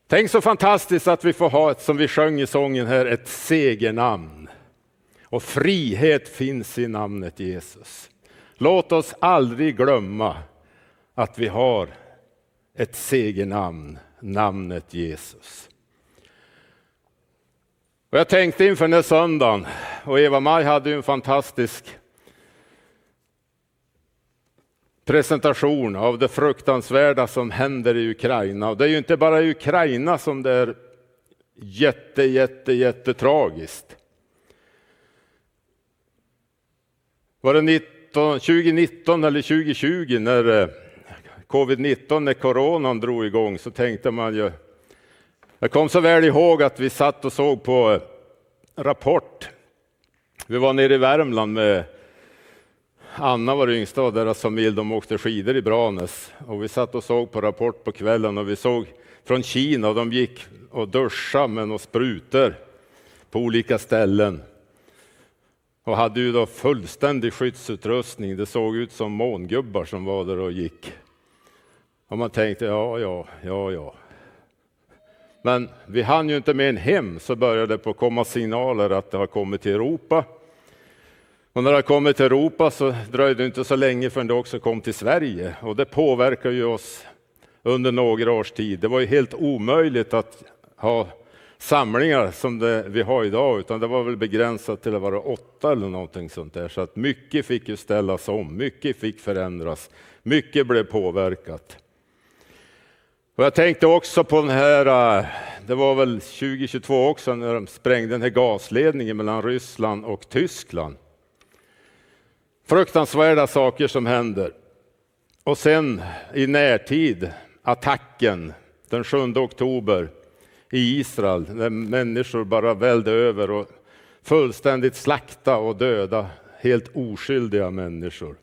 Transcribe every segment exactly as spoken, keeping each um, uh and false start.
Tänk så fantastiskt att vi får ha ett, som vi sjöng i sången här, ett segernamn. Och frihet finns i namnet Jesus. Låt oss aldrig glömma att vi har ett segernamn, namnet Jesus. Och jag tänkte inför den här söndagen, och Eva-Maj hade ju en fantastisk presentation av det fruktansvärda som händer i Ukraina. Och det är ju inte bara i Ukraina som det är jätte, jätte, jätte tragiskt. Var det nitton, tjugonitton eller tjugohundratjugo när covid nitton, när coronan drog igång, så tänkte man ju, jag kom så väl ihåg att vi satt och såg på Rapport. Vi var nere i Värmland med Anna var yngsta och deras familj, de åkte skidor i Branäs. Och vi satt och såg på Rapport på kvällen och vi såg från Kina och de gick och duschade med några sprutor på olika ställen. Och hade ju då fullständig skyddsutrustning. Det såg ut som mångubbar som var där och gick. Och man tänkte, ja, ja, ja, ja. Men vi hann ju inte med en hem, så började det på komma signaler att det har kommit till Europa. Och när det kom till Europa så dröjde det inte så länge förrän det också kom till Sverige. Och det påverkar ju oss under några års tid. Det var ju helt omöjligt att ha samlingar som det vi har idag, utan det var väl begränsat till att vara åtta eller någonting sånt där. Så att mycket fick ju ställas om, mycket fick förändras, mycket blev påverkat. Och jag tänkte också på den här, det var väl tjugo tjugotvå också när de sprängde den här gasledningen mellan Ryssland och Tyskland. Fruktansvärda saker som händer. Och sen i närtid, attacken den sjunde oktober i Israel, när människor bara välde över och fullständigt slakta och döda helt oskyldiga människor.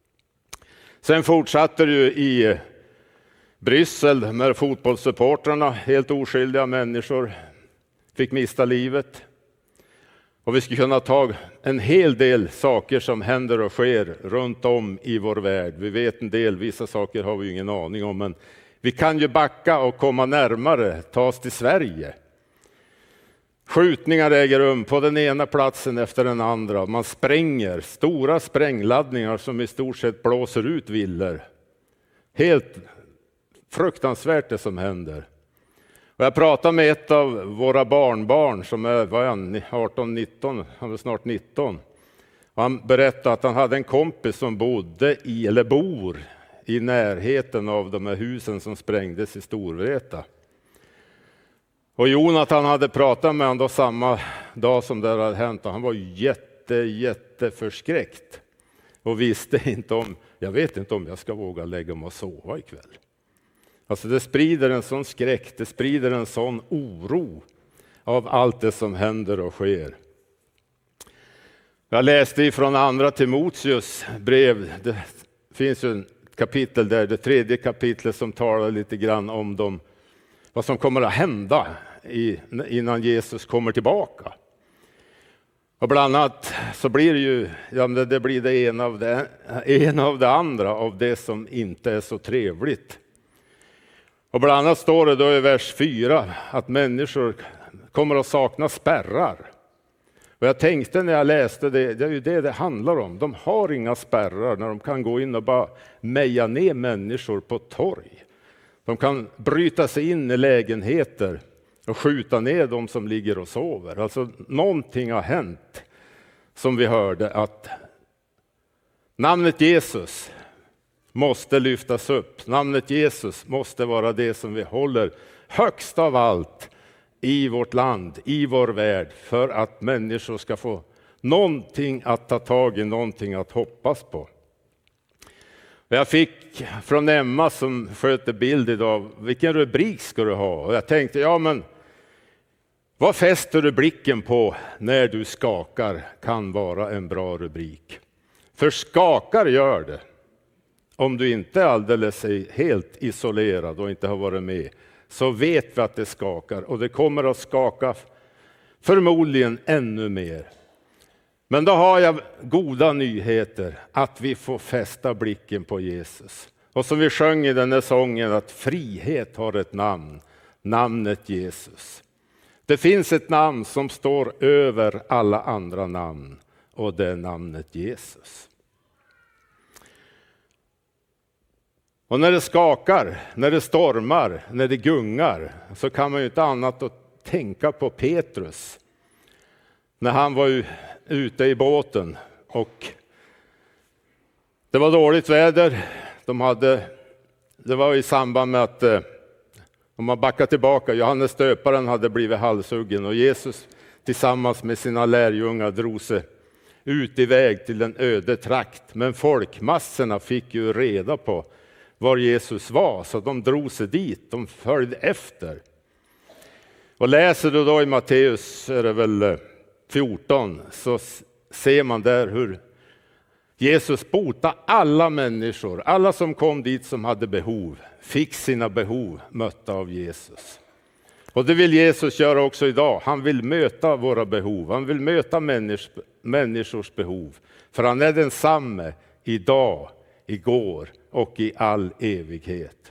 Sen fortsatte det ju i Bryssel med fotbollssupportrarna, helt oskyldiga människor fick mista livet. Och vi ska kunna ta en hel del saker som händer och sker runt om i vår värld. Vi vet en del, vissa saker har vi ingen aning om, men vi kan ju backa och komma närmare, ta oss till Sverige. Skjutningar äger rum på den ena platsen efter den andra. Man spränger stora sprängladdningar som i stort sett blåser ut villor. Helt fruktansvärt det som händer. Och jag pratade med ett av våra barnbarn som är vad är han, arton nitton, han är snart nitton. Och han berättade att han hade en kompis som bodde i, eller bor i närheten av de här husen som sprängdes i Storvreta. Och Jonathan hade pratat med honom då samma dag som det hade hänt. Och han var jätte, jätte förskräckt. Och visste inte om, jag vet inte om jag ska våga lägga mig och sova ikväll. Alltså det sprider en sån skräck, det sprider en sån oro av allt det som händer och sker. Jag läste ifrån andra Timoteus brev, det finns ju ett kapitel där, det tredje kapitlet som talar lite grann om dem, vad som kommer att hända i, innan Jesus kommer tillbaka. Och bland annat så blir det ju, ja, det blir det ena av det, ena av det andra av det som inte är så trevligt. Och bland annat står det då i vers fyra att människor kommer att sakna spärrar. Och jag tänkte när jag läste det, det är ju det det handlar om. De har inga spärrar när de kan gå in och bara meja ner människor på torg. De kan bryta sig in i lägenheter och skjuta ner de som ligger och sover. Alltså någonting har hänt som vi hörde, att namnet Jesus måste lyftas upp. Namnet Jesus måste vara det som vi håller högst av allt i vårt land, i vår värld, för att människor ska få någonting att ta tag i, någonting att hoppas på. Jag fick från Emma som sköter bild idag, vilken rubrik ska du ha? Och jag tänkte, ja men vad fäster du blicken på när du skakar kan vara en bra rubrik. För skakar gör det. Om du inte är alldeles helt isolerad och inte har varit med, så vet vi att det skakar. Och det kommer att skaka förmodligen ännu mer. Men då har jag goda nyheter, att vi får fästa blicken på Jesus. Och som vi sjöng i den här sången, att frihet har ett namn. namnet Jesus. Det finns ett namn som står över alla andra namn, och det är namnet Jesus. Och när det skakar, när det stormar, när det gungar, så kan man ju inte annat att tänka på Petrus. När han var ute i båten och det var dåligt väder. De hade, det var i samband med att, om man backar tillbaka, Johannes döparen hade blivit halshuggen och Jesus tillsammans med sina lärjungar drog sig ut iväg till en öde trakt. Men folkmassorna fick ju reda på var Jesus var, så de drog sig dit, de följde efter. Och läser du då i Matteus, är det väl fjorton, så ser man där hur Jesus botade alla människor, alla som kom dit som hade behov, fick sina behov mötta av Jesus. Och det vill Jesus göra också idag. Han vill möta våra behov, han vill möta människ- människors behov. För han är densamme idag, igår och i all evighet.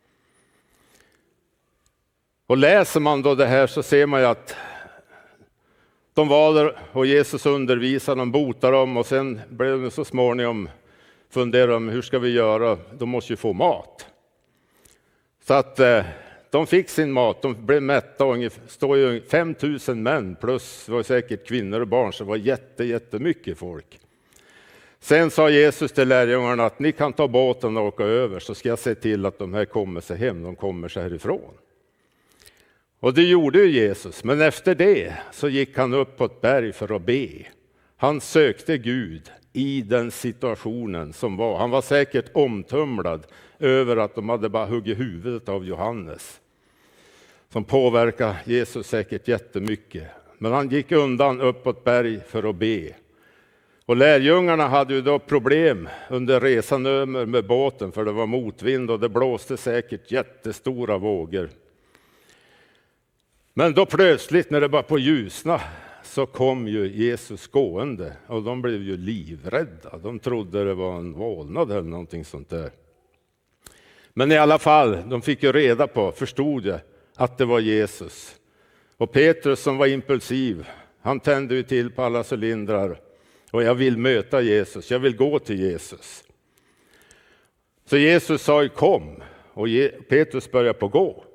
Och läser man då det här så ser man ju att de var där och Jesus undervisade dem, botade dem, och sen blev de så småningom funderade om hur ska vi göra, de måste ju få mat. Så att eh, de fick sin mat, de blev mätta, och det står ju fem tusen män plus var säkert kvinnor och barn, så det var jätte, jättemycket folk. Sen sa Jesus till lärjungarna att ni kan ta båten och åka över, så ska jag se till att de här kommer sig hem, de kommer sig härifrån. Och det gjorde ju Jesus, men efter det så gick han upp på ett berg för att be. Han sökte Gud i den situationen som var. Han var säkert omtumlad över att de hade bara huggit huvudet av Johannes, som påverkade Jesus säkert jättemycket. Men han gick undan upp på ett berg för att be. Och lärjungarna hade ju då problem under resan över med båten, för det var motvind och det blåste säkert jättestora vågor. Men då plötsligt när det var på ljusna så kom ju Jesus gående, och de blev ju livrädda. De trodde det var en vålnad eller någonting sånt där. Men i alla fall, de fick ju reda på, förstod jag, att det var Jesus. Och Petrus som var impulsiv, han tände ju till på alla cylindrar. Och jag vill möta Jesus, jag vill gå till Jesus. Så Jesus sa ju kom, och Petrus började på gå.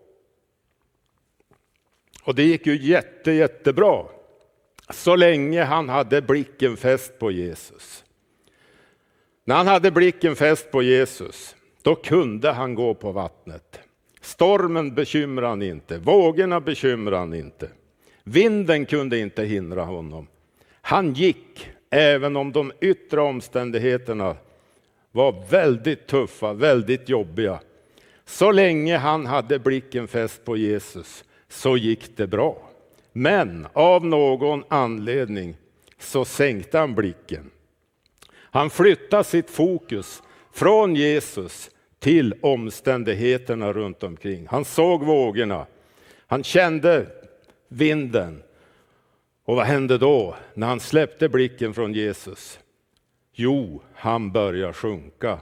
Och det gick ju jätte, jättebra. Så länge han hade blicken fäst på Jesus. När han hade blicken fäst på Jesus, då kunde han gå på vattnet. Stormen bekymrade han inte, vågorna bekymrade han inte. Vinden kunde inte hindra honom. Han gick, även om de yttre omständigheterna var väldigt tuffa, väldigt jobbiga. Så länge han hade blicken fäst på Jesus så gick det bra. Men av någon anledning så sänkte han blicken. Han flyttade sitt fokus från Jesus till omständigheterna runt omkring. Han såg vågorna, han kände vinden. Och vad hände då när han släppte blicken från Jesus? Jo, han började sjunka.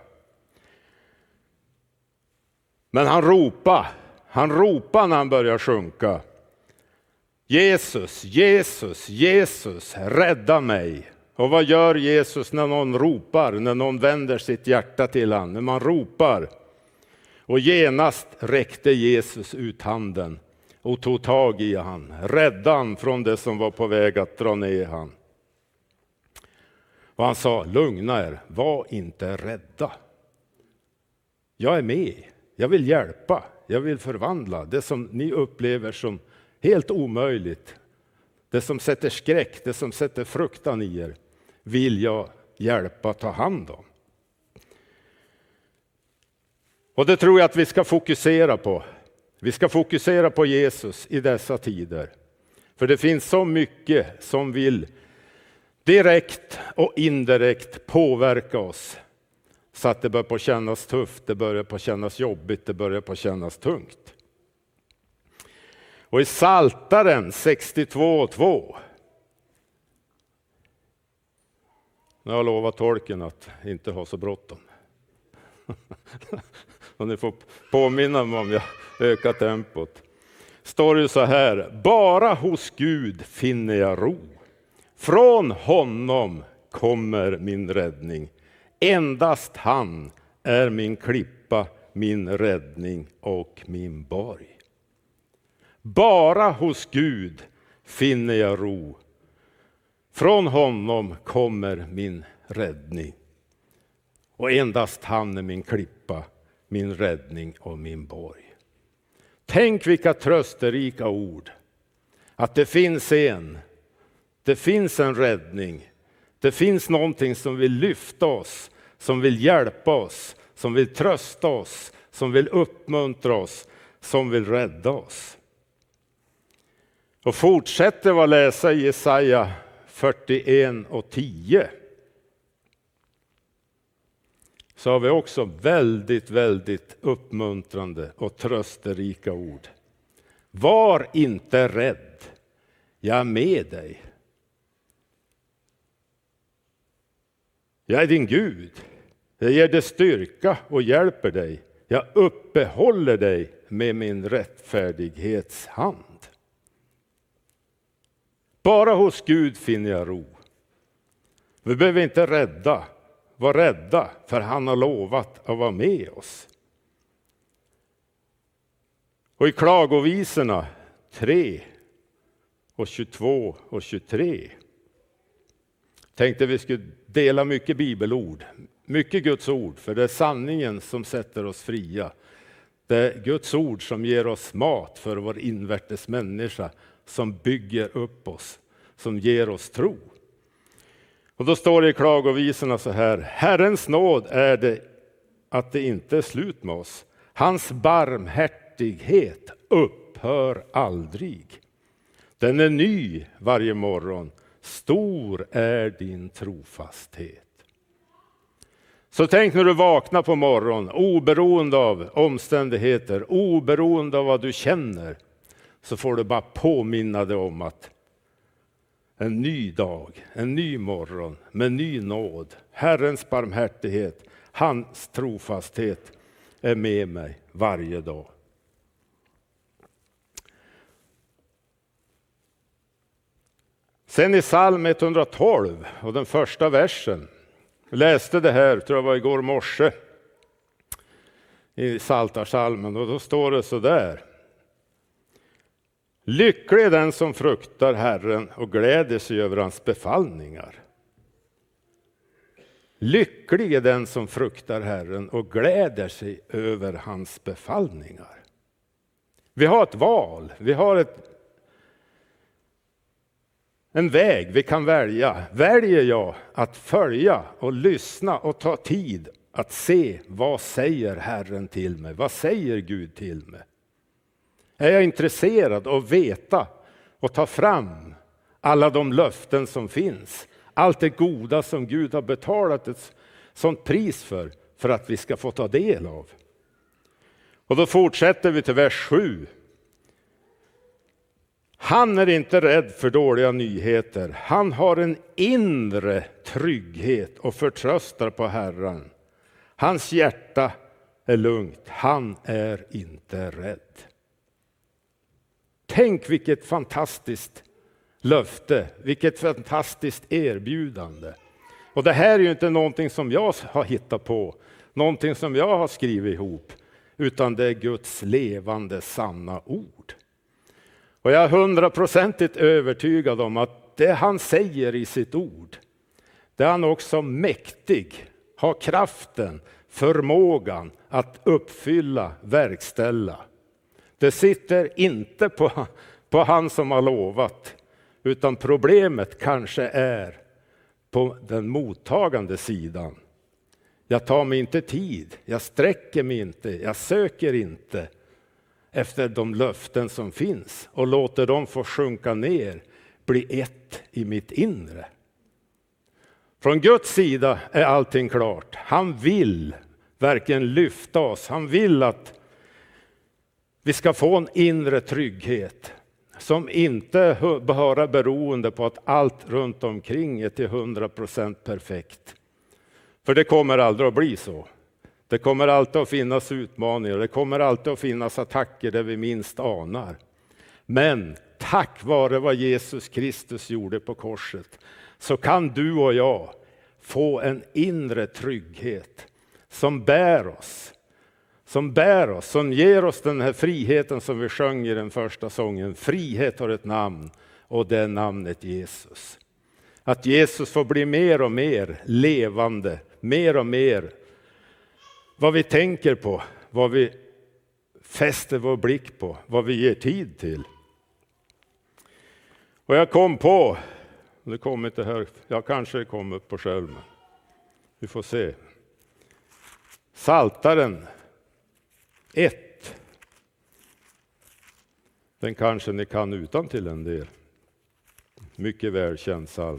Men han ropade, han ropade när han började sjunka. Jesus, Jesus, Jesus, rädda mig. Och vad gör Jesus när någon ropar, när någon vänder sitt hjärta till han, när man ropar? Och genast räckte Jesus ut handen och tog tag i han, räddade han från det som var på väg att dra ner han. Och han sa, lugna er, var inte rädda. Jag är med, jag vill hjälpa, jag vill förvandla det som ni upplever som helt omöjligt. Det som sätter skräck, det som sätter fruktan i er, vill jag hjälpa ta hand om. Och det tror jag att vi ska fokusera på. Vi ska fokusera på Jesus i dessa tider. För det finns så mycket som vill direkt och indirekt påverka oss. Så att det börjar på kännas tufft, det börjar på kännas jobbigt, det börjar på kännas tungt. Och i Psaltaren sextiotvå två. Nu har jag lovat tolken att inte ha så bråttom. Och ni får påminna mig om jag ökar tempot. står det så här: bara hos Gud finner jag ro. Från honom kommer min räddning. Endast han är min klippa, min räddning och min borg. Bara hos Gud finner jag ro. Från honom kommer min räddning. Och endast han är min klippa, min räddning och min borg. Tänk vilka trösterika ord. Att det finns en, det finns en räddning. Det finns någonting som vill lyfta oss, som vill hjälpa oss, som vill trösta oss, som vill uppmuntra oss, som vill rädda oss. Och fortsätter vi att läsa i Jesaja fyrtioen och tio. Så har vi också väldigt, väldigt uppmuntrande och trösterika ord. Var inte rädd, jag är med dig. Jag är din Gud, jag ger dig styrka och hjälper dig. Jag uppehåller dig med min rättfärdighets hand. Bara hos Gud finner jag ro. Vi behöver inte rädda, vara rädda, för han har lovat att vara med oss. Och i klagovisorna tre och tjugotvå och tjugotre tänkte vi skulle dela mycket bibelord, mycket Guds ord, för det är sanningen som sätter oss fria. Det är Guds ord som ger oss mat för vår invärtes människa, som bygger upp oss, som ger oss tro. Och då står det i klagovisorna så här: Herrens nåd är det att det inte är slut med oss. Hans barmhärtighet upphör aldrig. Den är ny varje morgon. Stor är din trofasthet. Så tänk när du vaknar på morgonen, oberoende av omständigheter, oberoende av vad du känner, så får du bara påminna dig om att en ny dag, en ny morgon med ny nåd, Herrens barmhärtighet, hans trofasthet är med mig varje dag. Sen i psalm etthundratolv och den första versen, jag läste det här, tror jag var igår morse, i Psaltarpsalmen, och då står det så där: lycklig är den som fruktar Herren och gläder sig över hans befallningar. Lycklig är den som fruktar Herren och gläder sig över hans befallningar. Vi har ett val, vi har ett, en väg vi kan välja. Väljer jag att följa och lyssna och ta tid att se vad säger Herren till mig? Vad säger Gud till mig? Är jag intresserad av att veta och ta fram alla de löften som finns? Allt det goda som Gud har betalat ett sånt pris för, för att vi ska få ta del av. Och då fortsätter vi till vers sju. Han är inte rädd för dåliga nyheter. Han har en inre trygghet och förtröstar på Herren. Hans hjärta är lugnt. Han är inte rädd. Tänk vilket fantastiskt löfte, vilket fantastiskt erbjudande. Och det här är ju inte någonting som jag har hittat på, någonting som jag har skrivit ihop, utan det är Guds levande sanna ord. Och jag är hundraprocentigt övertygad om att det han säger i sitt ord, det är han också mäktig, har kraften, förmågan att uppfylla, verkställa. Det sitter inte på, på han som har lovat, utan problemet kanske är på den mottagande sidan. Jag tar mig inte tid, jag sträcker mig inte, jag söker inte efter de löften som finns och låter dem få sjunka ner, bli ett i mitt inre. Från Guds sida är allting klart. Han vill verkligen lyfta oss. Han vill att vi ska få en inre trygghet som inte bara beroende på att allt runt omkring är till hundra procent perfekt. För det kommer aldrig att bli så. Det kommer alltid att finnas utmaningar. Det kommer alltid att finnas attacker där vi minst anar. Men tack vare vad Jesus Kristus gjorde på korset så kan du och jag få en inre trygghet som bär oss. Som bär oss, som ger oss den här friheten som vi sjöng i den första sången. Frihet har ett namn och det är namnet Jesus. Att Jesus får bli mer och mer levande, mer och mer vad vi tänker på, vad vi fäster vår blick på, vad vi ger tid till. Och jag kom på, det kom inte här, jag kanske kom upp på skärmen. Vi får se. Psaltaren ett. Den kanske ni kan utan till en del. Mycket välkänd psalm.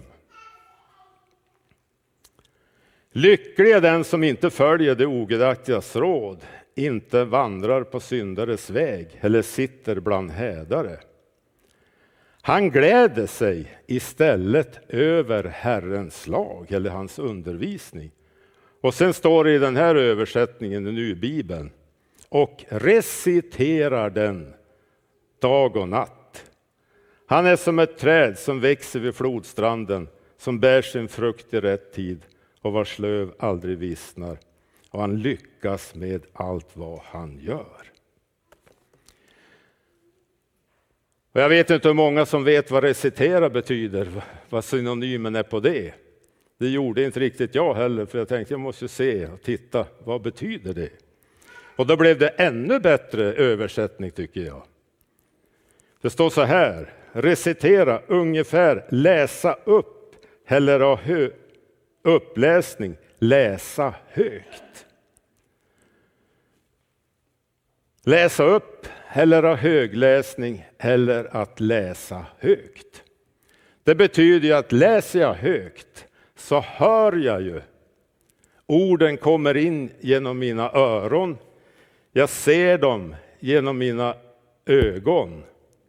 Lycklig är den som inte följer det ogudaktigas råd, inte vandrar på syndares väg eller sitter bland hädare. Han gläder sig istället över Herrens lag eller hans undervisning. Och sen står det i den här översättningen, i Nybibeln, och reciterar den dag och natt. Han är som ett träd som växer vid flodstranden, som bär sin frukt i rätt tid och vars löv aldrig vissnar. Och han lyckas med allt vad han gör. Och jag vet inte hur många som vet vad recitera betyder, vad synonymen är på det. Det gjorde inte riktigt jag heller, för jag tänkte jag måste se och titta, vad betyder det? Och då blev det ännu bättre översättning tycker jag. Det står så här, recitera, ungefär läsa upp, eller ha hö- uppläsning, läsa högt. Läsa upp, eller ha högläsning, eller att läsa högt. Det betyder ju att läser jag högt så hör jag ju. Orden kommer in genom mina öron. Jag ser dem genom mina ögon.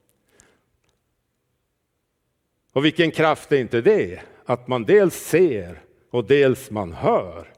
Och vilken kraft är inte det? Att man dels ser och dels man hör.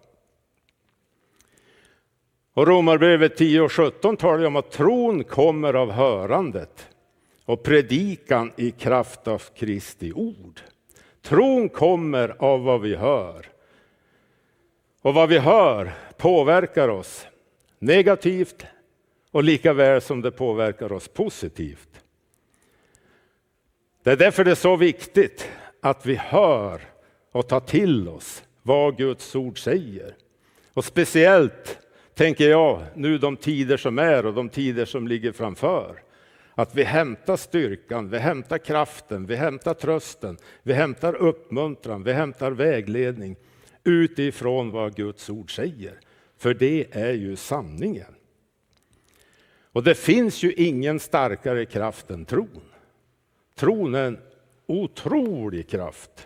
Och Romarbrevet tio och sjutton talar om att tron kommer av hörandet och predikan i kraft av Kristi ord. Tron kommer av vad vi hör. Och vad vi hör påverkar oss negativt och lika väl som det påverkar oss positivt. Det är därför det är så viktigt att vi hör och tar till oss vad Guds ord säger. Och speciellt tänker jag nu de tider som är och de tider som ligger framför. Att vi hämtar styrkan, vi hämtar kraften, vi hämtar trösten, vi hämtar uppmuntran, vi hämtar vägledning utifrån vad Guds ord säger. För det är ju sanningen. Och det finns ju ingen starkare kraft än tron. Tron är en otrolig kraft.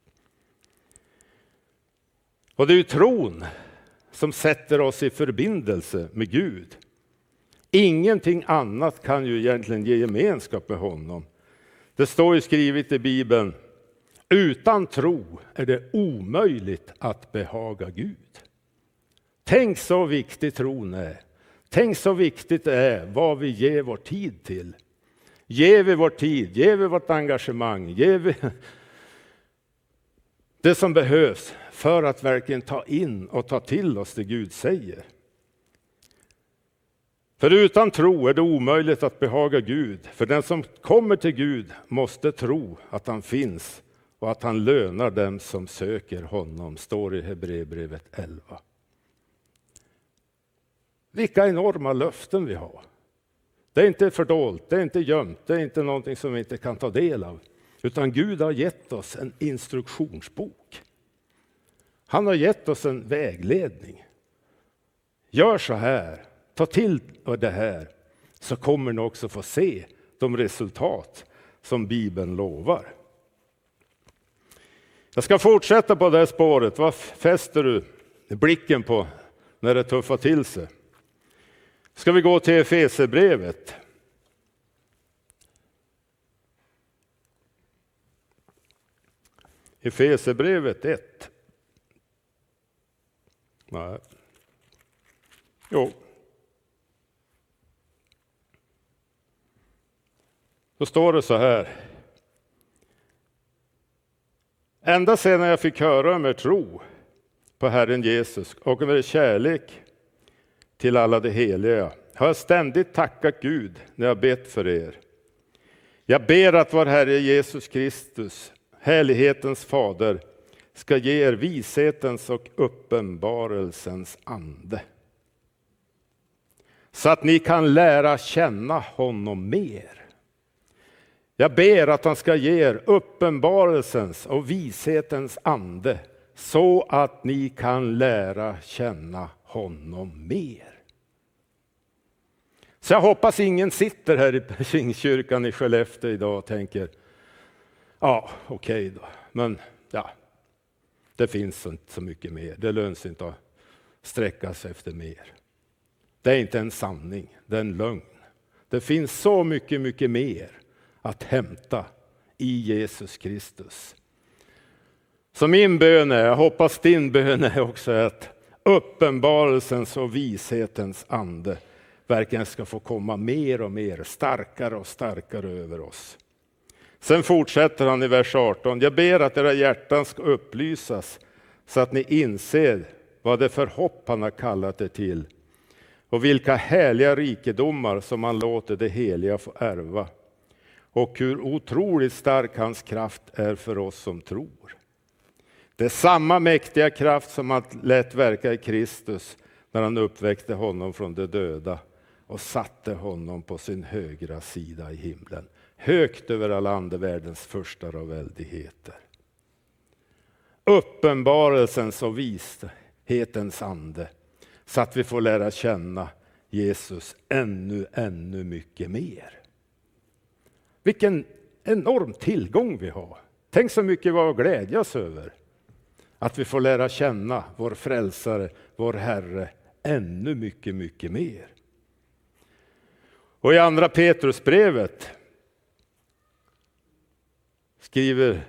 Och det är ju tron som sätter oss i förbindelse med Gud. Ingenting annat kan ju egentligen ge gemenskap med honom. Det står ju skrivet i Bibeln, utan tro är det omöjligt att behaga Gud. Tänk så viktigt tron är. Tänk så viktigt det är vad vi ger vår tid till. Ger vi vår tid, ger vi vårt engagemang, ger vi det som behövs för att verkligen ta in och ta till oss det Gud säger. För utan tro är det omöjligt att behaga Gud. För den som kommer till Gud måste tro att han finns och att han lönar dem som söker honom, står i Hebreerbrevet elva. Vilka enorma löften vi har. Det är inte fördolt, det är inte gömt, det är inte någonting som vi inte kan ta del av. Utan Gud har gett oss en instruktionsbok. Han har gett oss en vägledning. Gör så här, ta till det här, så kommer ni också få se de resultat som Bibeln lovar. Jag ska fortsätta på det här spåret. Vad fäster du blicken på när det tuffar till sig? Ska vi gå till Efesierbrevet? Efesierbrevet ett. Nej. Jo. Då står det så här. Ända sedan jag fick höra om er tro på Herren Jesus och om er kärlek till alla de heliga har jag ständigt tackat Gud när jag bett för er. Jag ber att vår Herre Jesus Kristus, härlighetens fader, ska ge er vishetens och uppenbarelsens ande. Så att ni kan lära känna honom mer. Jag ber att han ska ge er uppenbarelsens och vishetens ande. Så att ni kan lära känna honom mer. Så jag hoppas ingen sitter här i Pingstkyrkan i Skellefteå idag och tänker, ja okej okay då, men ja, det finns inte så mycket mer. Det löns inte att sträcka sig efter mer. Det är inte en sanning, det är en lögn. Det finns så mycket, mycket mer att hämta i Jesus Kristus. Så min bön är, jag hoppas din bön är också att uppenbarelsens och vishetens ande verkligen ska få komma mer och mer, starkare och starkare över oss. Sen fortsätter han i vers arton. Jag ber att era hjärtan ska upplysas så att ni inser vad det är för hopp han har kallat er till. Och vilka härliga rikedomar som han låter det heliga få ärva. Och hur otroligt stark hans kraft är för oss som tror. Det är samma mäktiga kraft som han lät verka i Kristus när han uppväckte honom från de döda och satte honom på sin högra sida i himlen. Högt över alla andevärldens förstar och väldigheter. Uppenbarelsens och vishetens ande. Så att vi får lära känna Jesus ännu, ännu mycket mer. Vilken enorm tillgång vi har. Tänk så mycket vi har att glädjas över. Att vi får lära känna vår frälsare, vår Herre, ännu mycket, mycket mer. Och i andra Petrusbrevet skriver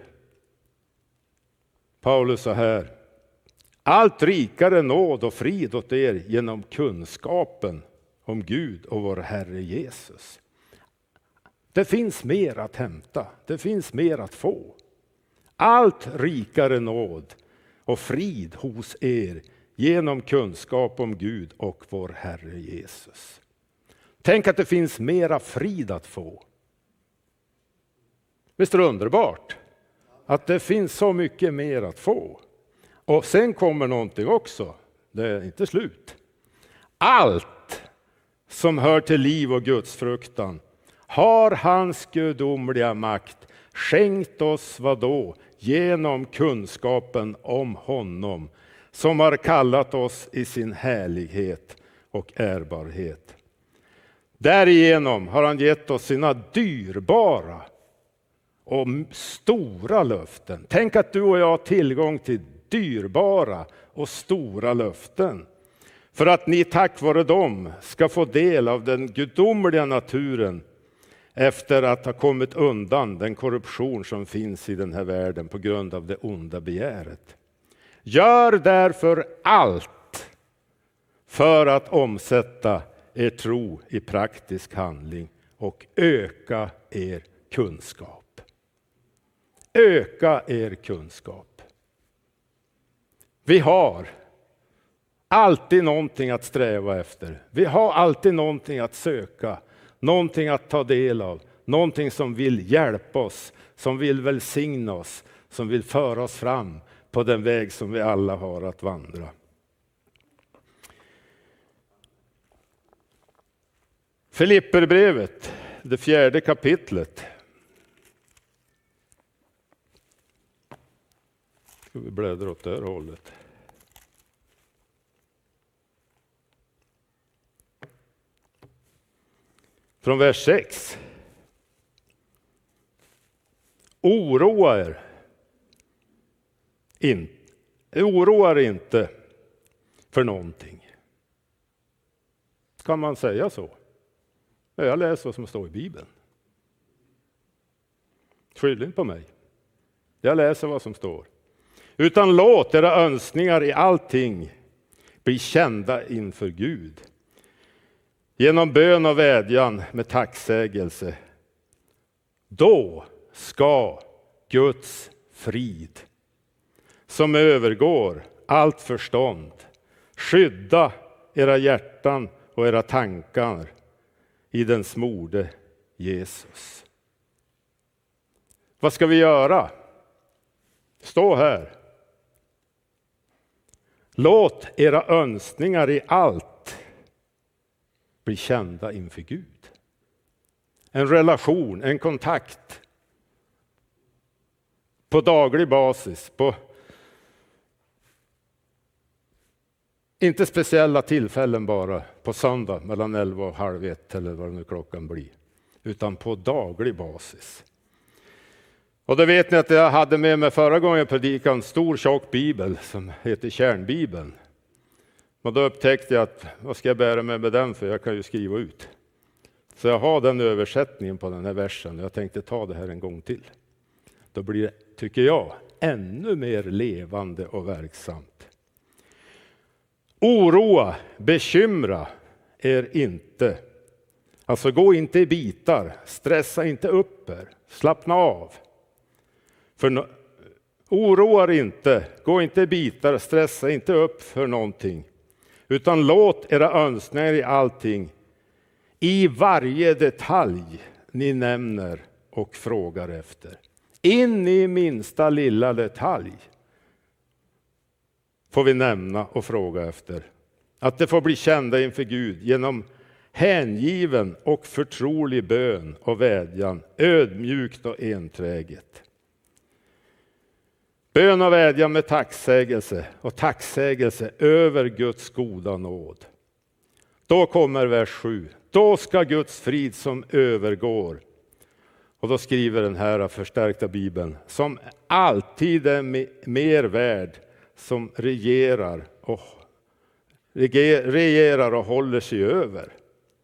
Paulus så här. Allt rikare nåd och frid åt er genom kunskapen om Gud och vår Herre Jesus. Det finns mer att hämta, det finns mer att få. Allt rikare nåd och frid hos er genom kunskap om Gud och vår Herre Jesus. Tänk att det finns mera frid att få. Visst är det underbart att det finns så mycket mer att få. Och sen kommer någonting också, det är inte slut. Allt som hör till liv och Guds fruktan har hans gudomliga makt skänkt oss vad då? Genom kunskapen om honom som har kallat oss i sin härlighet och ärbarhet. Därigenom har han gett oss sina dyrbara och stora löften. Tänk att du och jag har tillgång till dyrbara och stora löften. För att ni tack vare dem ska få del av den gudomliga naturen efter att ha kommit undan den korruption som finns i den här världen på grund av det onda begäret. Gör därför allt för att omsätta er tro i praktisk handling och öka er kunskap. Öka er kunskap. Vi har alltid någonting att sträva efter. Vi har alltid någonting att söka. Någonting att ta del av. Någonting som vill hjälpa oss. Som vill välsigna oss. Som vill föra oss fram på den väg som vi alla har att vandra. Filipperbrevet, det fjärde kapitlet. Ska vi bläddra åt det här hållet. Från vers sex. Oroa er. In, oroa er inte för någonting. Kan man säga så? Jag läser vad som står i Bibeln. Skyll inte på mig. Jag läser vad som står. Utan låt era önskningar i allting bli kända inför Gud. Genom bön och vädjan med tacksägelse. Då ska Guds frid, som övergår allt förstånd, skydda era hjärtan och era tankar i den smorde Jesus. Vad ska vi göra? Stå här. Låt era önskningar i allt bli kända inför Gud. En relation, en kontakt. På daglig basis. På inte speciella tillfällen bara. På söndag mellan elva och halv ett eller vad nu klockan blir. Utan på daglig basis. Och då vet ni att jag hade med mig förra gången jag predikade en stor tjock bibel som heter Kärnbibeln. Och då upptäckte jag att vad ska jag bära med, med den för jag kan ju skriva ut. Så jag har den översättningen på den här versen. Jag tänkte ta det här en gång till. Då blir det, tycker jag, ännu mer levande och verksamt. Oroa, bekymra er inte. Alltså gå inte i bitar, stressa inte upp er, slappna av. För no- oroa inte, gå inte i bitar, stressa inte upp för någonting. Utan låt era önskningar i allting, i varje detalj ni nämner och frågar efter. In i minsta lilla detalj får vi nämna och fråga efter. Att det får bli kända inför Gud genom hängiven och förtrolig bön och vädjan, ödmjukt och enträget. Bön och vädjan med tacksägelse och tacksägelse över Guds goda nåd. Då kommer vers sju. Då ska Guds frid som övergår. Och då skriver den här förstärkta bibeln. Som alltid är mer värd. Som regerar och, regerar och håller sig över.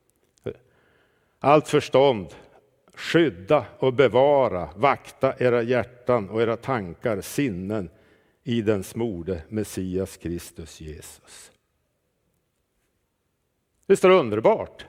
Allt förstånd. Skydda och bevara. Vakta era hjärtan och era tankar. Sinnen i den smorde Messias Kristus Jesus. Det är underbart.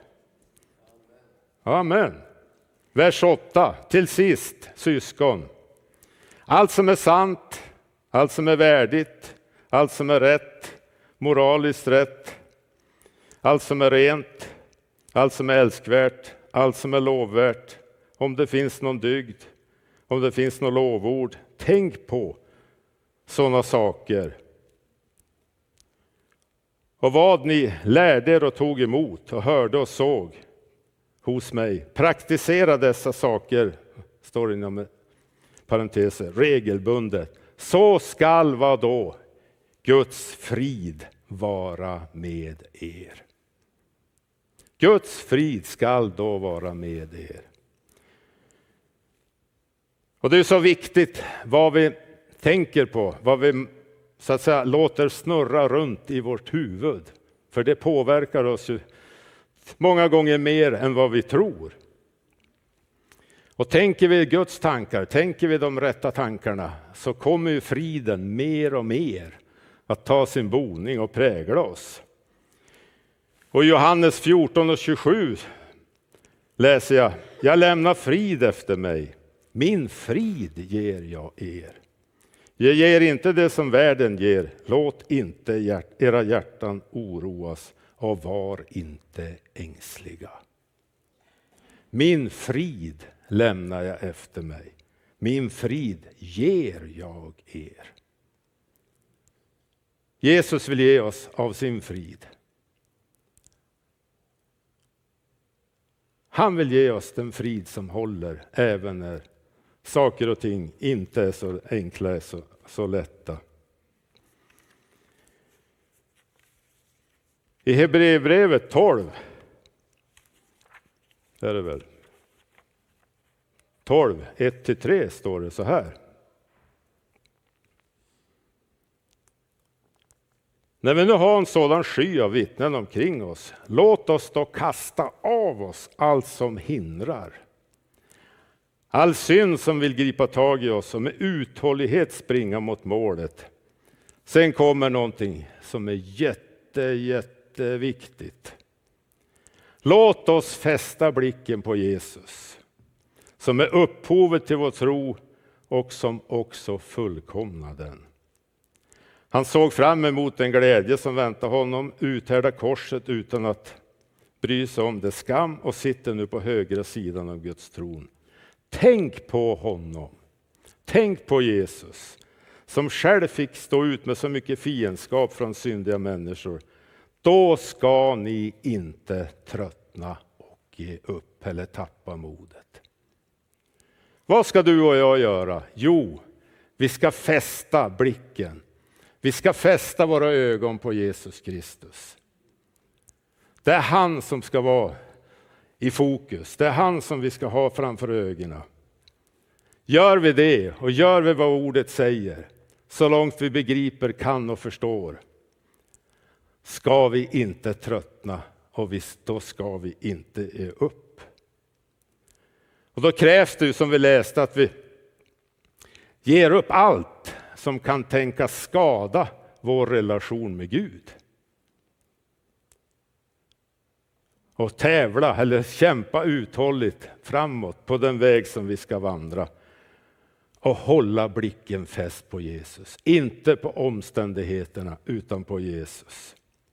Amen. Vers åtta. Till sist, syskon. Allt som är sant, allt som är värdigt, allt som är rätt, moraliskt rätt, allt som är rent, allt som är älskvärt, allt som är lovvärt, om det finns någon dygd, om det finns någon lovord, tänk på sådana saker. Och vad ni lärde er och tog emot och hörde och såg hos mig, praktisera dessa saker, står inom parenteser, regelbundet. Så skall vad då? Guds frid vara med er. Guds frid skall då vara med er. Och det är så viktigt vad vi tänker på, vad vi så att säga låter snurra runt i vårt huvud. För det påverkar oss ju många gånger mer än vad vi tror. Och tänker vi Guds tankar, tänker vi de rätta tankarna, så kommer ju friden mer och mer att ta sin boning och prägla oss. Och Johannes fjorton och tjugosju läser jag, jag lämnar frid efter mig, min frid ger jag er. Jag ger inte det som världen ger, låt inte hjärt- era hjärtan oroas och var inte ängsliga. Min frid lämnar jag efter mig, min frid ger jag er. Jesus vill ge oss av sin frid. Han vill ge oss den frid som håller även när saker och ting inte är så enkla, är så, så lätta. I Hebreerbrevet tolv, där är det väl, tolv, ett till tre står det så här. När vi nu har en sådan sky av vittnen omkring oss, låt oss då kasta av oss allt som hindrar. All synd som vill gripa tag i oss och med uthållighet springa mot målet. Sen kommer någonting som är jätte, jätteviktigt. Låt oss fästa blicken på Jesus. som är upphovet till vår tro och som också fullkomnar den. Han såg fram emot den glädje som väntade honom, uthärda korset utan att bry sig om det skam och sitter nu på högra sidan av Guds tron. Tänk på honom. Tänk på Jesus som själv fick stå ut med så mycket fiendskap från syndiga människor. Då ska ni inte tröttna och ge upp eller tappa modet. Vad ska du och jag göra? Jo, vi ska fästa blicken. Vi ska fästa våra ögon på Jesus Kristus. Det är han som ska vara i fokus. Det är han som vi ska ha framför ögonen. Gör vi det och gör vi vad ordet säger, så långt vi begriper, kan och förstår, ska vi inte tröttna och då ska vi inte ge upp. Och då krävs det, som vi läste, att vi ger upp allt som kan tänkas skada vår relation med Gud. Och tävla eller kämpa uthålligt framåt på den väg som vi ska vandra. Och hålla blicken fäst på Jesus. Inte på omständigheterna utan på Jesus.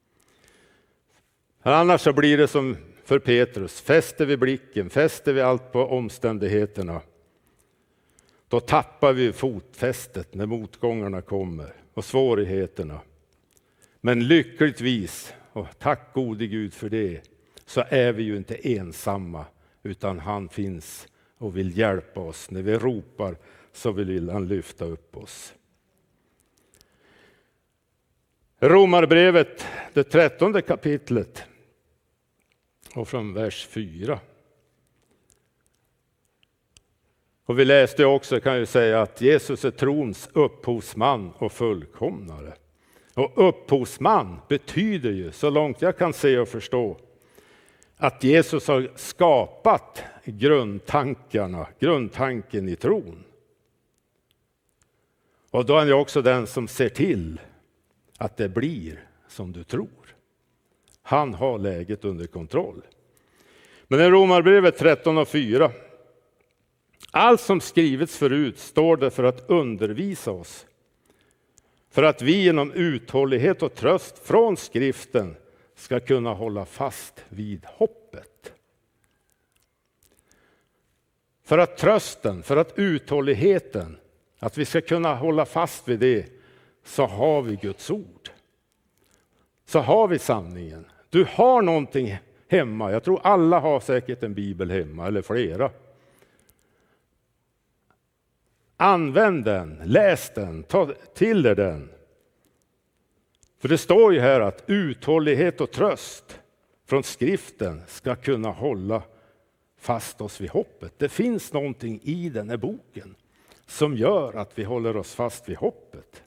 Annars så blir det som för Petrus. Fäster vi blicken, fäster vi allt på omständigheterna, då tappar vi fotfästet när motgångarna kommer och svårigheterna. Men lyckligtvis, och tack gode Gud för det, så är vi ju inte ensamma, utan han finns och vill hjälpa oss. När vi ropar så vill han lyfta upp oss. Romarbrevet, det trettonde kapitlet, och från vers fyra. Och vi läste också, kan jag säga, att Jesus är trons upphovsman och fullkomnare. Och upphovsman betyder ju, så långt jag kan se och förstå, att Jesus har skapat grundtankarna, grundtanken i tron. Och då är han ju också den som ser till att det blir som du tror. Han har läget under kontroll. Men i Romarbrevet tretton och fyra. Allt som skrivits förut står det för att undervisa oss. För att vi genom uthållighet och tröst från skriften ska kunna hålla fast vid hoppet. För att trösten, för att uthålligheten, att vi ska kunna hålla fast vid det, så har vi Guds ord. Så har vi sanningen. Du har någonting hemma. Jag tror alla har säkert en bibel hemma, eller flera. Använd den, läs den, ta till er den. För det står ju här att uthållighet och tröst från skriften ska kunna hålla fast oss vid hoppet. Det finns någonting i den här boken som gör att vi håller oss fast vid hoppet.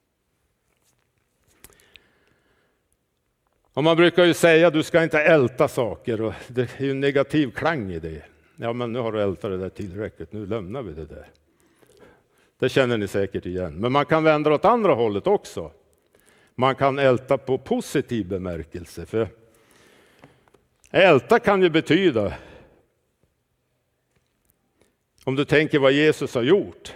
Och man brukar ju säga att du ska inte älta saker, och det är ju en negativ klang i det. Ja, men nu har du ältat det där tillräckligt, nu lämnar vi det där. Det känner ni säkert igen. Men man kan vända åt andra hållet också. Man kan älta på positiv bemärkelse. För älta kan ju betyda, om du tänker vad Jesus har gjort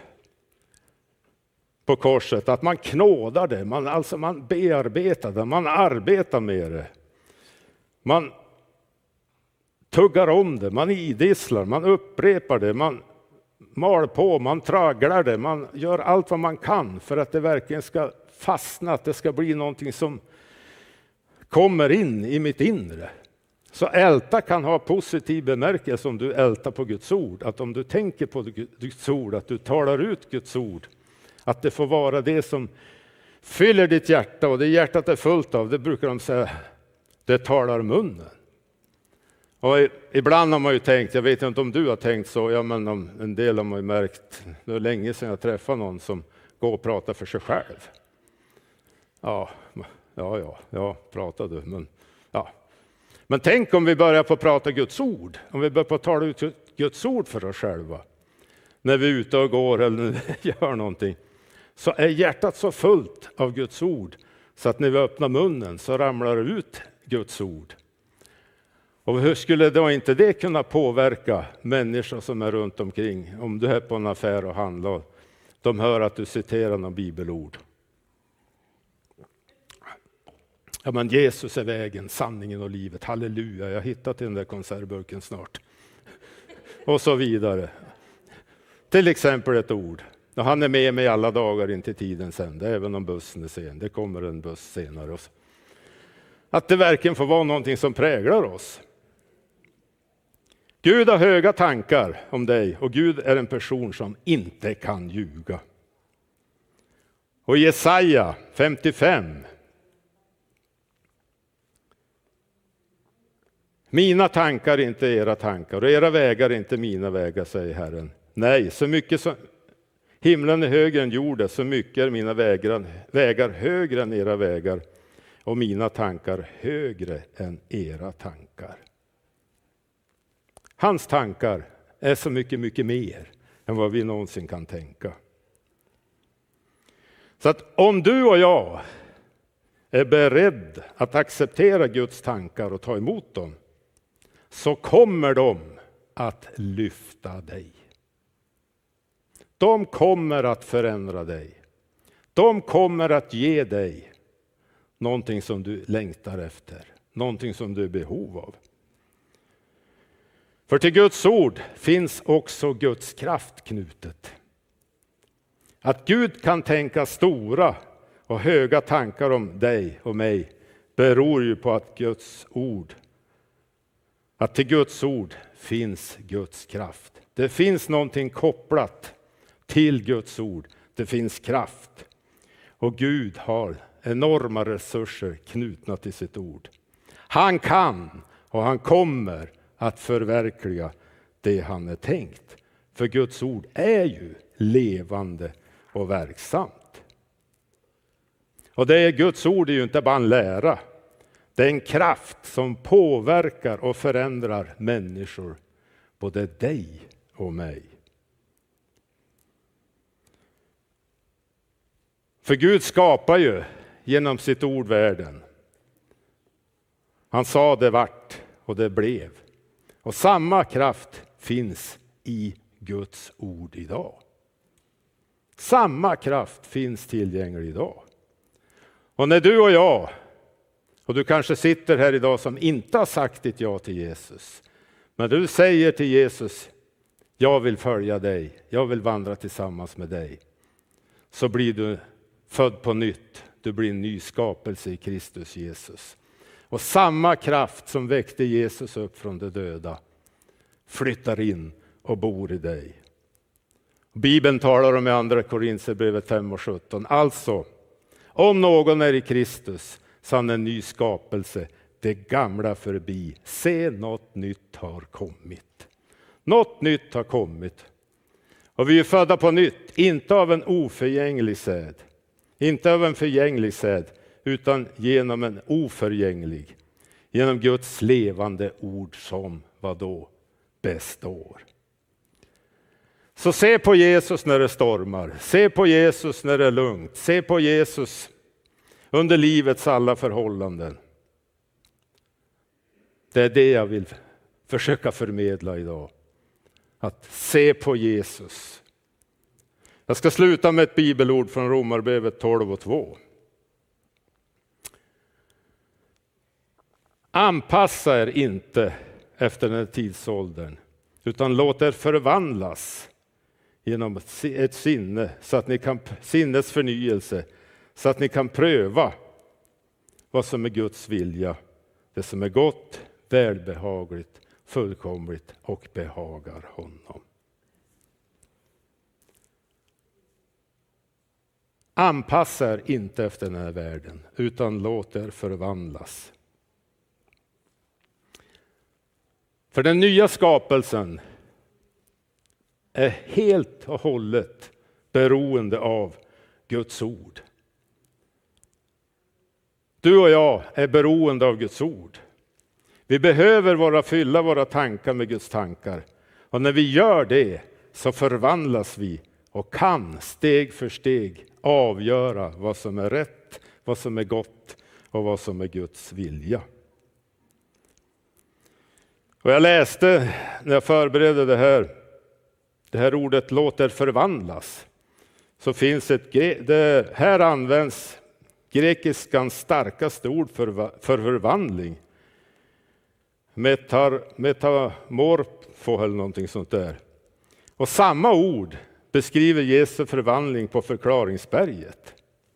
på korset, att man knådar det, man, alltså man bearbetar det, man arbetar med det. Man tuggar om det, man idisslar, man upprepar det, man mal på, man tragglar det, man gör allt vad man kan för att det verkligen ska fastna, att det ska bli någonting som kommer in i mitt inre. Så älta kan ha positiv bemärkelse om du ältar på Guds ord. Att om du tänker på Guds ord, att du talar ut Guds ord. Att det får vara det som fyller ditt hjärta, och det hjärtat är fullt av, det brukar de säga, det talar munnen. Och ibland har man ju tänkt, jag vet inte om du har tänkt så, ja, men en del har man ju märkt, det är länge sedan jag träffade någon som går och pratar för sig själv. Ja, ja, ja, ja, pratar du, men ja. Men tänk om vi börjar på prata Guds ord, om vi börjar på tala ut Guds ord för oss själva. När vi är ute och går eller när vi gör någonting, så är hjärtat så fullt av Guds ord så att när vi öppnar munnen så ramlar det ut Guds ord. Och hur skulle då inte det kunna påverka människor som är runt omkring? Om du är på en affär och handlar, de hör att du citerar någon bibelord. Ja, men Jesus är vägen, sanningen och livet. Halleluja, jag har hittat den där konservburken snart. Och så vidare. Till exempel ett ord. Och han är med mig alla dagar in till tidens ände, även om bussen är sen. Det kommer en buss senare. Att det verkligen får vara någonting som präglar oss. Gud har höga tankar om dig och Gud är en person som inte kan ljuga. Och Jesaja femtiofem. Mina tankar är inte era tankar och era vägar är inte mina vägar, säger Herren. Nej, så mycket som himlen är högre än jorden, så mycket är mina vägar, vägar högre än era vägar och mina tankar högre än era tankar. Hans tankar är så mycket, mycket mer än vad vi någonsin kan tänka. Så att om du och jag är beredd att acceptera Guds tankar och ta emot dem, så kommer de att lyfta dig. De kommer att förändra dig. De kommer att ge dig någonting som du längtar efter. Någonting som du är i behov av. För till Guds ord finns också Guds kraft knutet. Att Gud kan tänka stora och höga tankar om dig och mig beror ju på att Guds ord, att till Guds ord finns Guds kraft. Det finns någonting kopplat till Guds ord. Det finns kraft. Och Gud har enorma resurser knutna till sitt ord. Han kan och han kommer att förverkliga det han är tänkt. För Guds ord är ju levande och verksamt. Och det är Guds ord är ju inte bara en lära. Det är en kraft som påverkar och förändrar människor. Både dig och mig. För Gud skapar ju genom sitt ord världen. Han sa det vart och det blev. Och samma kraft finns i Guds ord idag. Samma kraft finns tillgänglig idag. Och när du och jag, och du kanske sitter här idag som inte har sagt ditt ja till Jesus. Men du säger till Jesus, jag vill följa dig, jag vill vandra tillsammans med dig. Så blir du född på nytt, du blir en ny skapelse i Kristus Jesus. Och samma kraft som väckte Jesus upp från de döda flyttar in och bor i dig. Bibeln talar om i andra Korinthierbrevet fem och sjutton. Alltså, om någon är i Kristus så han är en ny skapelse. Det gamla förbi. Se, något nytt har kommit. Något nytt har kommit. Och vi är födda på nytt. Inte av en oförgänglig säd. Inte av en förgänglig säd. Utan genom en oförgänglig. Genom Guds levande ord som vadå? Består. Så se på Jesus när det stormar. Se på Jesus när det är lugnt. Se på Jesus under livets alla förhållanden. Det är det jag vill försöka förmedla idag. Att se på Jesus. Jag ska sluta med ett bibelord från Romarbrevet tolv och två. Anpassa er inte efter den här tidsåldern. Utan låt er förvandlas genom ett sinne så att ni kan sinnes förnyelse så att ni kan pröva vad som är Guds vilja, det som är gott, välbehagligt, fullkomligt och behagar honom. Anpassa er inte efter den här världen utan låt er förvandlas. För den nya skapelsen är helt och hållet beroende av Guds ord. Du och jag är beroende av Guds ord. Vi behöver vara fylla våra tankar med Guds tankar. Och när vi gör det så förvandlas vi och kan steg för steg avgöra vad som är rätt, vad som är gott och vad som är Guds vilja. Och jag läste när jag förberedde det här, det här ordet låter förvandlas. Så finns ett, det här används grekiskans starkaste ord för, för förvandling. Metar, metamorfo eller någonting sånt där. Och samma ord beskriver Jesu förvandling på förklaringsberget.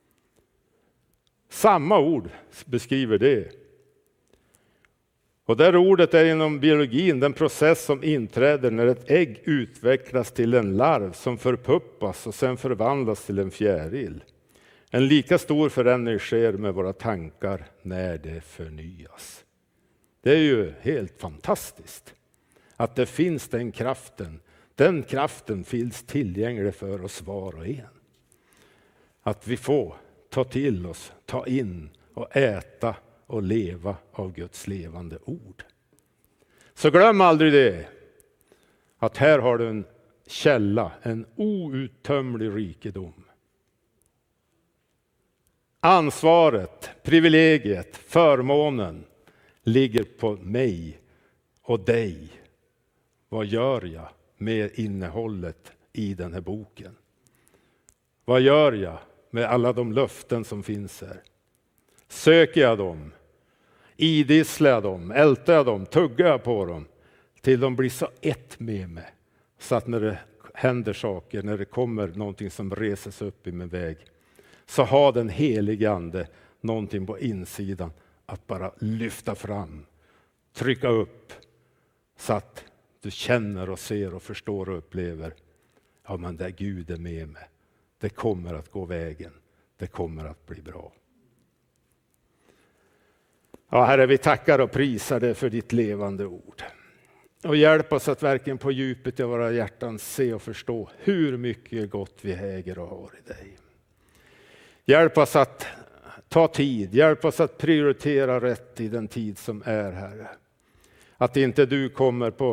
Samma ord beskriver det. Och det ordet är inom biologin den process som inträder när ett ägg utvecklas till en larv som förpuppas och sen förvandlas till en fjäril. En lika stor förändring sker med våra tankar när det förnyas. Det är ju helt fantastiskt att det finns den kraften. Den kraften finns tillgänglig för oss var och en. Att vi får ta till oss, ta in och äta och leva av Guds levande ord. Så glöm aldrig det. Att här har du en källa, en outtömlig rikedom. Ansvaret, privilegiet, förmånen ligger på mig och dig. Vad gör jag med innehållet i den här boken? Vad gör jag med alla de löften som finns här? Söker jag dem? Idisslar jag dem? Ältar jag dem? Tuggar jag på dem? Till de blir så ett med mig. Så att när det händer saker, när det kommer någonting som reses upp i min väg, så har den helige ande någonting på insidan att bara lyfta fram, trycka upp, så att du känner och ser och förstår och upplever. Ja, men där Gud är med mig. Det kommer att gå vägen. Det kommer att bli bra. Ja, Herre, vi tackar och prisar dig för ditt levande ord. Och hjälp oss att verkligen på djupet i våra hjärtan se och förstå hur mycket gott vi äger och har i dig. Hjälp oss att ta tid, hjälp oss att prioritera rätt i den tid som är, Herre. Att inte du kommer på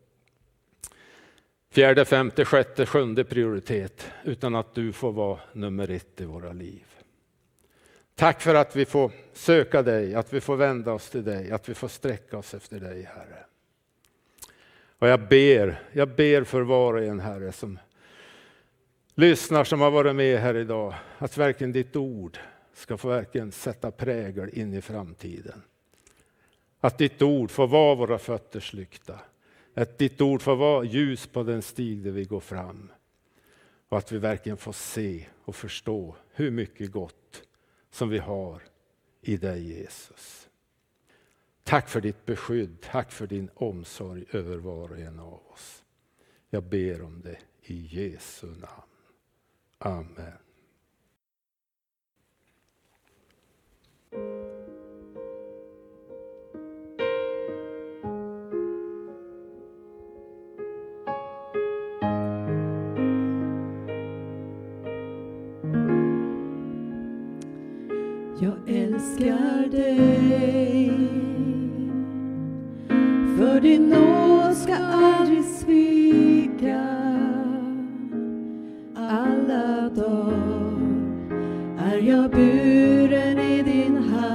fjärde, femte, sjätte, sjunde prioritet, utan att du får vara nummer ett i våra liv. Tack för att vi får söka dig, att vi får vända oss till dig, att vi får sträcka oss efter dig, Herre. Och jag ber, jag ber för var och en, Herre, som lyssnar, som har varit med här idag, att verkligen ditt ord ska få verkligen sätta prägel in i framtiden. Att ditt ord får vara våra fötters lykta. Att ditt ord får vara ljus på den stig där vi går fram. Och att vi verkligen får se och förstå hur mycket gott som vi har i dig, Jesus. Tack för ditt beskydd, tack för din omsorg över var och en av oss. Jag ber om det i Jesu namn. Amen. Jag älskar dig, för din nåd ska aldrig svika. Alla dagar är jag buren i din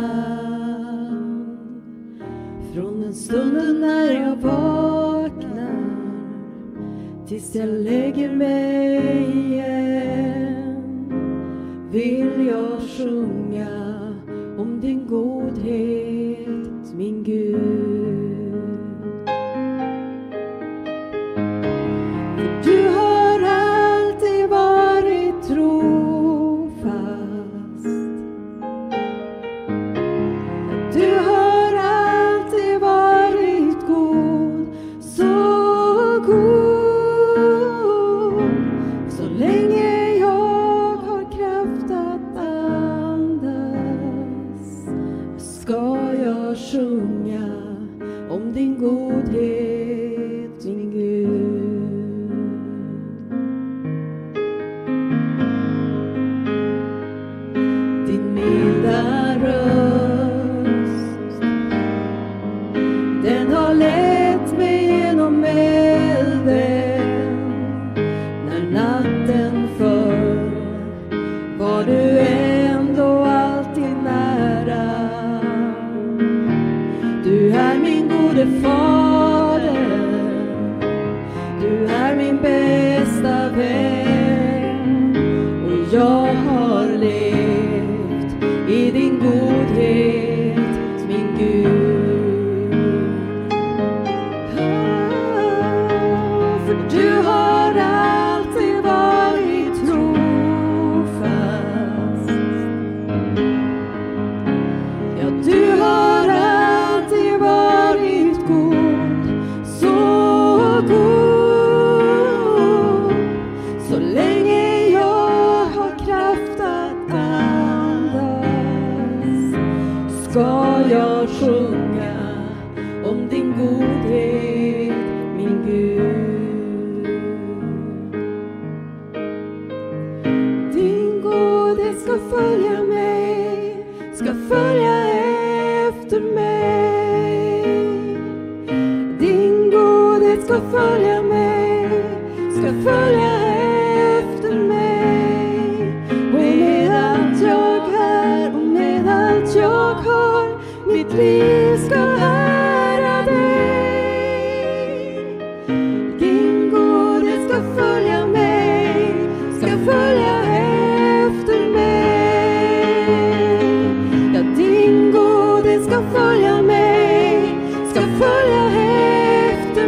hand. Från den stunden när jag vaknar tills jag lägger mig igen, vill jag sjunga om din godhet, min Gud. För du har alltid varit trofast. Du har alltid varit god, så god. Så länge jag har kraft att andas ska jag sjunga om din godhet, min Gud. Din milda röst, den har lett mig genom elden. När natten föll var du ändå alltid nära. Du är min gode far, följa mig, ska följa efter mig. Din godhet ska följa mig, ska följa efter mig. Och med allt jag är och med allt jag har, mitt liv ska ära dig. Din godhet ska följa mig, ska följa efter mig. Ja, din godhet ska följa mig, ska följa efter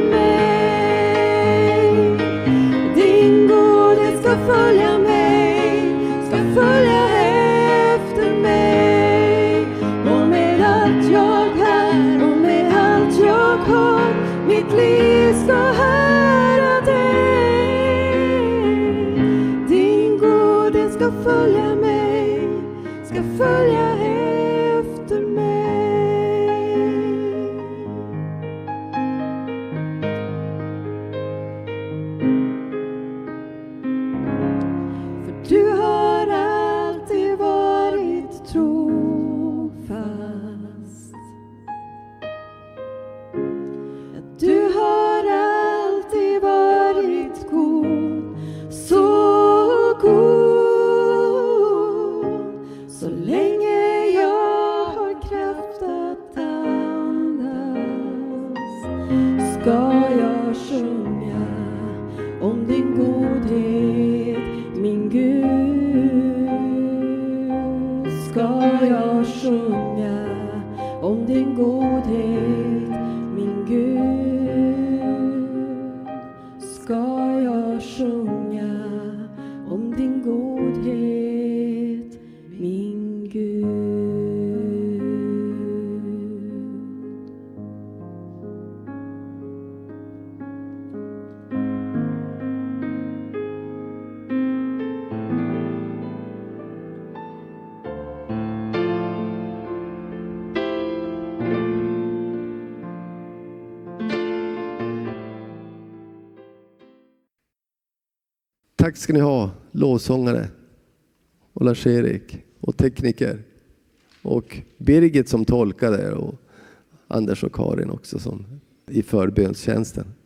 mig. Din godhet ska följa mig, ska följa efter mig. Och med allt jag är och med allt jag har, mitt liv ska ära dig. Din godhet ska följa mig, ska följa efter mig. För du har alltid varit trofast. Ja, du har alltid varit god, så god. Så länge jag har kraft att andas, ska jag sjunga om din godhet, min Gud. Ska jag sjunga om din godhet, min Gud. Ska jag sjunga om din godhet, min Gud. Tack ska ni ha, lovsångare och Lars-Erik och tekniker och Birgit som tolkade och Anders och Karin också som i förbönstjänsten.